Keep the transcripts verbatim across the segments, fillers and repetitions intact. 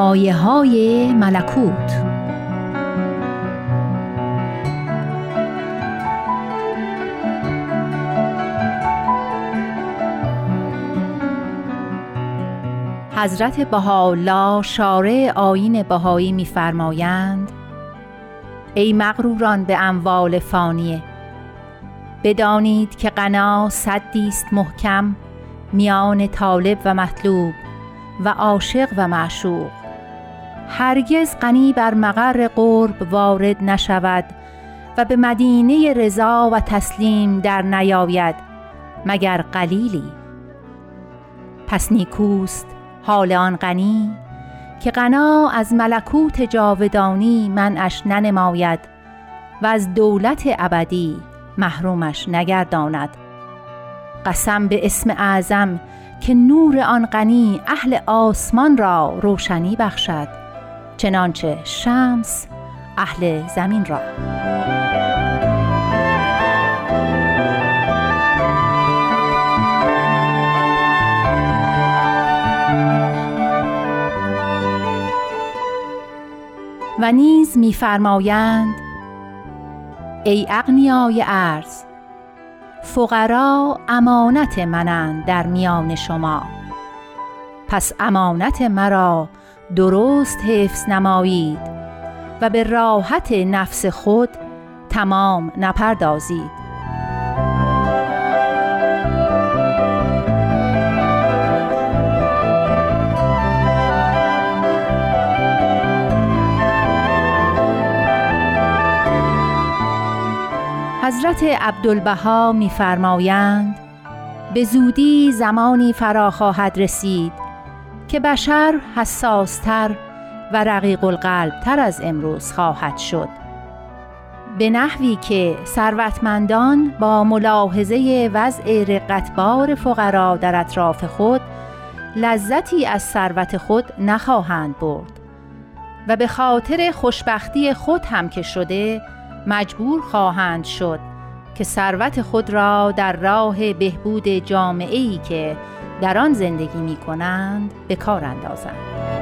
آیه‌های ملکوت. حضرت بهاءالله شارع آیین بهایی می‌فرمایند: ای مغروران به اموال فانیه، بدانید که غنا سدی است محکم میان طالب و مطلوب و عاشق و معشوق. هرگز غنی بر مقر قرب وارد نشود و به مدینه رضا و تسلیم در نیاید مگر قلیلی. پس نیکوست حال آن غنی که غنا از ملکوت جاودانی منعش ننماید و از دولت ابدی محرومش نگرداند. قسم به اسم اعظم که نور آن غنی اهل آسمان را روشنی بخشد، چنانچه شمس اهل زمین را. و نیز می‌فرمایند: ای اغنیای ارض، فقرا امانت منند در میان شما، پس امانت مرا درست حفظ نمایید و به راحت نفس خود تمام نپردازید. حضرت عبدالبها می‌فرمایند: به زودی زمانی فرا خواهد رسید که بشر حساستر و رقیق القلب تر از امروز خواهد شد، به نحوی که ثروتمندان با ملاحظه وضع رقتبار فقرا در اطراف خود لذتی از ثروت خود نخواهند برد و به خاطر خوشبختی خود هم که شده مجبور خواهند شد که ثروت خود را در راه بهبود جامعه‌ای که در آن زندگی می کنند به کار اندازند.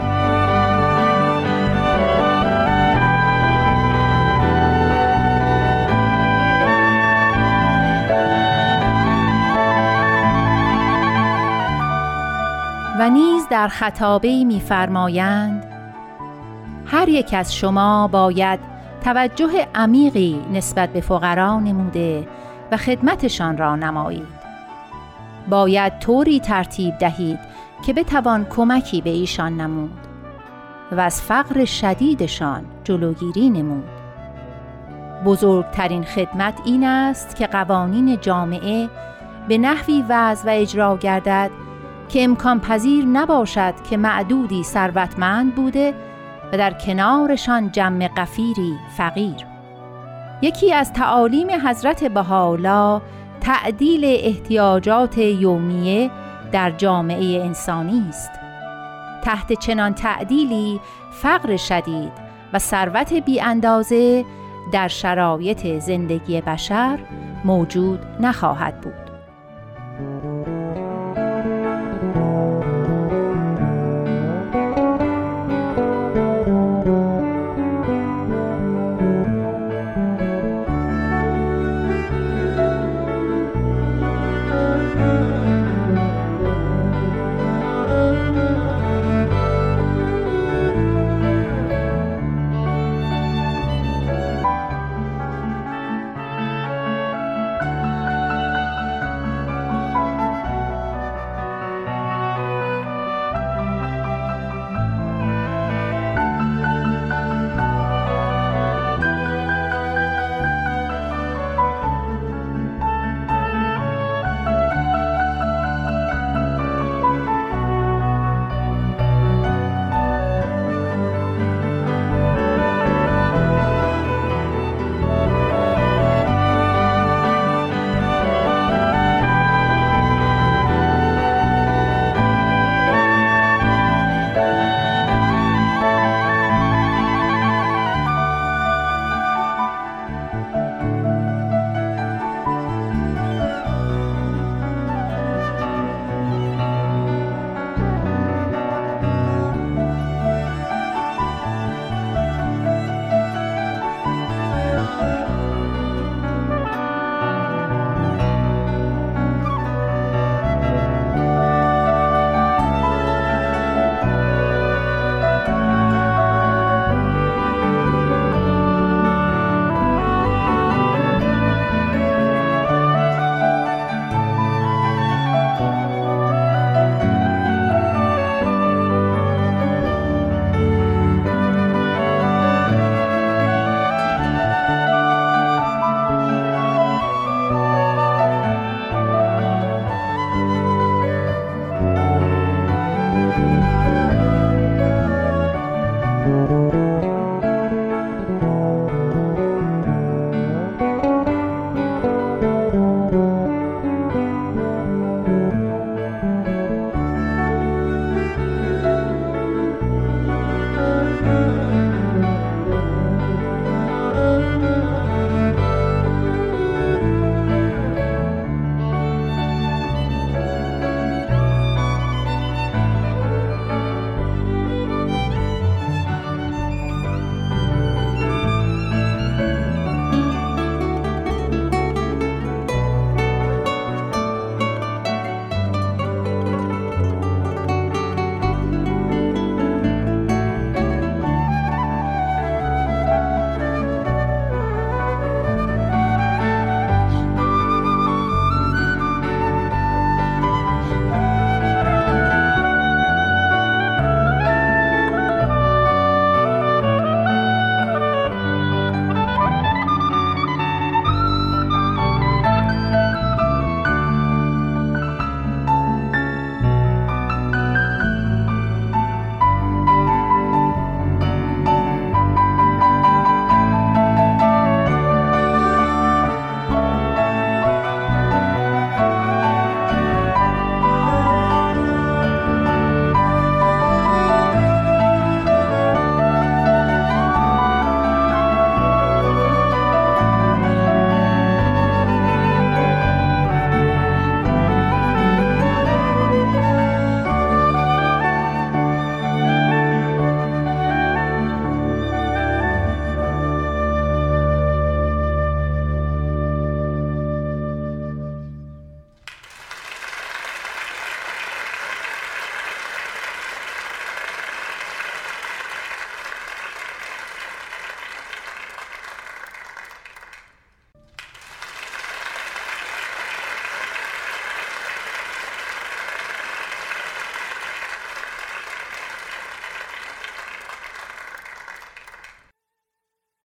و نیز در خطابه‌ای می فرمایند: هر یک از شما باید توجه عمیقی نسبت به فقرا نموده و خدمتشان را نمایید. باید طوری ترتیب دهید که بتوان کمکی به ایشان نمود و از فقر شدیدشان جلوگیری نمود. بزرگترین خدمت این است که قوانین جامعه به نحوی وضع و اجرا گردد که امکان پذیر نباشد که معدودی ثروتمند بوده و در کنارشان جمع غفیری فقیر. یکی از تعالیم حضرت بهاءالله تعدیل احتیاجات یومیه در جامعه انسانی است. تحت چنان تعدیلی فقر شدید و ثروت بی اندازه در شرایط زندگی بشر موجود نخواهد بود.